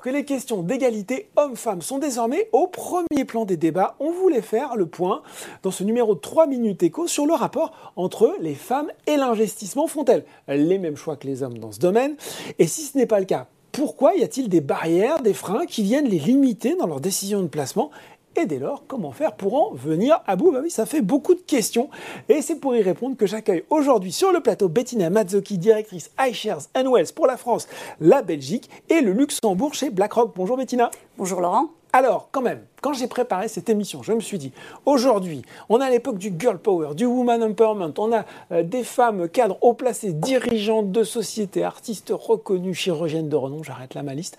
que les questions d'égalité hommes-femmes sont désormais au premier plan des débats, on voulait faire le point dans ce numéro de 3 minutes éco sur le rapport entre les femmes et l'investissement. Font-elles les mêmes choix que les hommes dans ce domaine? Et si ce n'est pas le cas, pourquoi y a-t-il des barrières, des freins qui viennent les limiter dans leurs décisions de placement? Et dès lors, comment faire pour en venir à bout? Bah oui, ça fait beaucoup de questions. Et c'est pour y répondre que j'accueille aujourd'hui sur le plateau Bettina Mazzocchi, directrice iShares & Wealth pour la France, la Belgique et le Luxembourg chez BlackRock. Bonjour Bettina. Bonjour Laurent. Alors, quand même, quand j'ai préparé cette émission, je me suis dit, aujourd'hui, on a l'époque du girl power, du woman empowerment, on a des femmes cadres haut placées, dirigeantes de sociétés, artistes reconnus, chirurgiennes de renom, j'arrête là ma liste.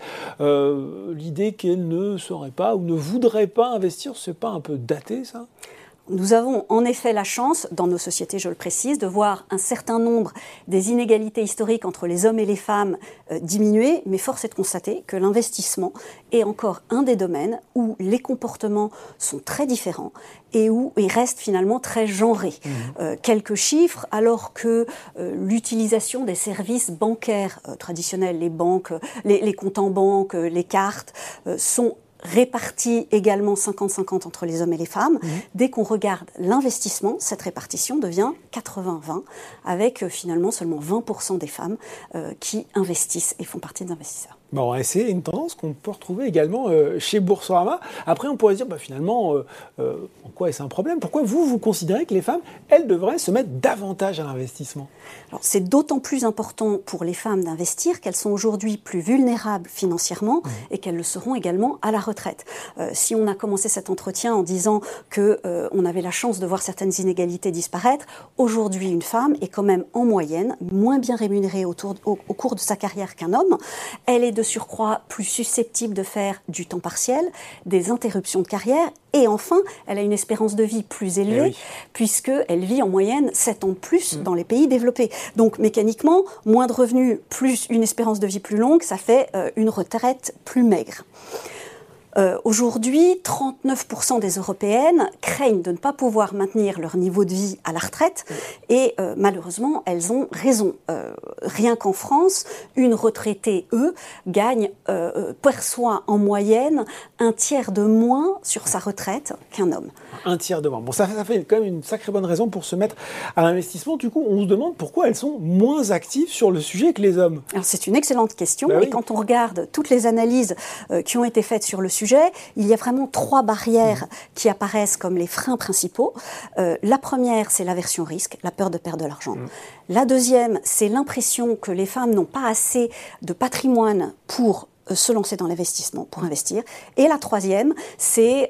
L'idée qu'elles ne sauraient pas ou ne voudraient pas investir, c'est pas un peu daté ça ? Nous avons en effet la chance, dans nos sociétés, je le précise, de voir un certain nombre des inégalités historiques entre les hommes et les femmes diminuer, mais force est de constater que l'investissement est encore un des domaines où les comportements sont très différents et où ils restent finalement très genrés. Quelques chiffres, alors que l'utilisation des services bancaires traditionnels, les banques, les comptes en banque, les cartes, sont répartis également 50-50 entre les hommes et les femmes. Dès qu'on regarde l'investissement, cette répartition devient 80-20, avec finalement seulement 20% des femmes qui investissent et font partie des investisseurs. Bon, c'est une tendance qu'on peut retrouver également chez Boursorama. Après, on pourrait se dire, finalement, en quoi est-ce un problème? Pourquoi vous considérez que les femmes, elles devraient se mettre davantage à l'investissement? Alors, c'est d'autant plus important pour les femmes d'investir qu'elles sont aujourd'hui plus vulnérables financièrement et qu'elles le seront également à la retraite. Si on a commencé cet entretien en disant qu'on avait la chance de voir certaines inégalités disparaître, aujourd'hui, une femme est quand même en moyenne moins bien rémunérée au cours de sa carrière qu'un homme. Elle est de surcroît plus susceptible de faire du temps partiel, des interruptions de carrière, et enfin, elle a une espérance de vie plus élevée, puisqu'elle vit en moyenne 7 ans de plus dans les pays développés. Donc mécaniquement, moins de revenus plus une espérance de vie plus longue, ça fait une retraite plus maigre. Aujourd'hui, 39% des Européennes craignent de ne pas pouvoir maintenir leur niveau de vie à la retraite et malheureusement, elles ont raison. Rien qu'en France, une retraitée, perçoit en moyenne un tiers de moins sur sa retraite qu'un homme. Un tiers de moins. Bon, ça fait quand même une sacrée bonne raison pour se mettre à l'investissement. Du coup, on se demande pourquoi elles sont moins actives sur le sujet que les hommes. Alors, c'est une excellente question. Et quand on regarde toutes les analyses qui ont été faites sur le sujet, il y a vraiment 3 barrières qui apparaissent comme les freins principaux. La première, c'est l'aversion au risque, la peur de perdre de l'argent. La deuxième, c'est l'impression que les femmes n'ont pas assez de patrimoine pour se lancer dans l'investissement, pour investir. Et la troisième, c'est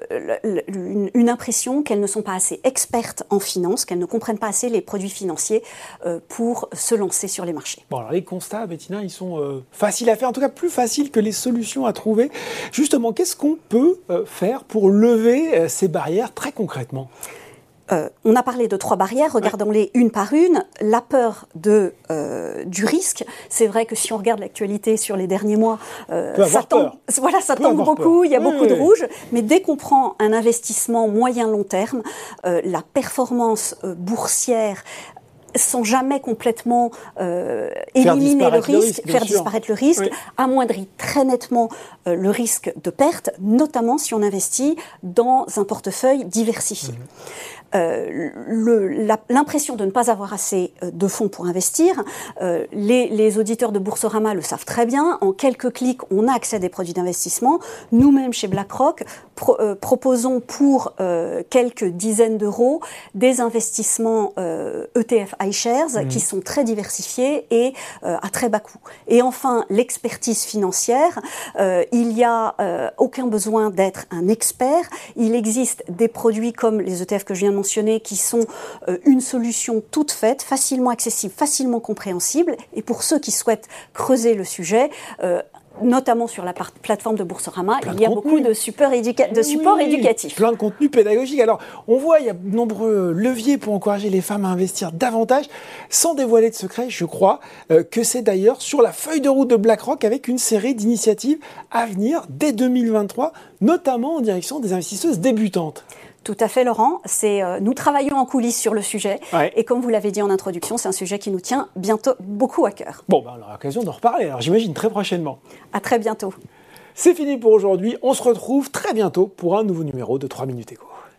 une impression qu'elles ne sont pas assez expertes en finance, qu'elles ne comprennent pas assez les produits financiers pour se lancer sur les marchés. Bon, alors les constats, Bettina, ils sont faciles à faire, en tout cas plus faciles que les solutions à trouver. Justement, qu'est-ce qu'on peut faire pour lever ces barrières très concrètement ? On a parlé de 3 barrières, regardons-les une par une. La peur du risque, c'est vrai que si on regarde l'actualité sur les derniers mois, ça tombe beaucoup, il y a beaucoup de rouge, mais dès qu'on prend un investissement moyen-long terme, la performance boursière sans jamais complètement éliminer le risque, faire disparaître le risque, amoindrit très nettement le risque de perte, notamment si on investit dans un portefeuille diversifié. L'impression de ne pas avoir assez de fonds pour investir, les auditeurs de Boursorama le savent très bien. En quelques clics, on a accès à des produits d'investissement. Nous-mêmes, chez BlackRock, proposons pour quelques dizaines d'euros des investissements ETF iShares qui sont très diversifiés et à très bas coût. Et enfin, l'expertise financière. Il n'y a aucun besoin d'être un expert. Il existe des produits comme les ETF que je viens de mentionner qui sont une solution toute faite, facilement accessible, facilement compréhensible. Et pour ceux qui souhaitent creuser le sujet, notamment sur la plateforme de Boursorama, il y a beaucoup de supports éducatifs. Plein de contenu pédagogique. Alors, on voit, il y a de nombreux leviers pour encourager les femmes à investir davantage, sans dévoiler de secret, je crois, que c'est d'ailleurs sur la feuille de route de BlackRock avec une série d'initiatives à venir dès 2023, notamment en direction des investisseuses débutantes. Tout à fait, Laurent. Nous travaillons en coulisses sur le sujet. Et comme vous l'avez dit en introduction, c'est un sujet qui nous tient bientôt beaucoup à cœur. Bon, on aura l'occasion d'en reparler, alors j'imagine très prochainement. À très bientôt. C'est fini pour aujourd'hui, on se retrouve très bientôt pour un nouveau numéro de 3 minutes éco.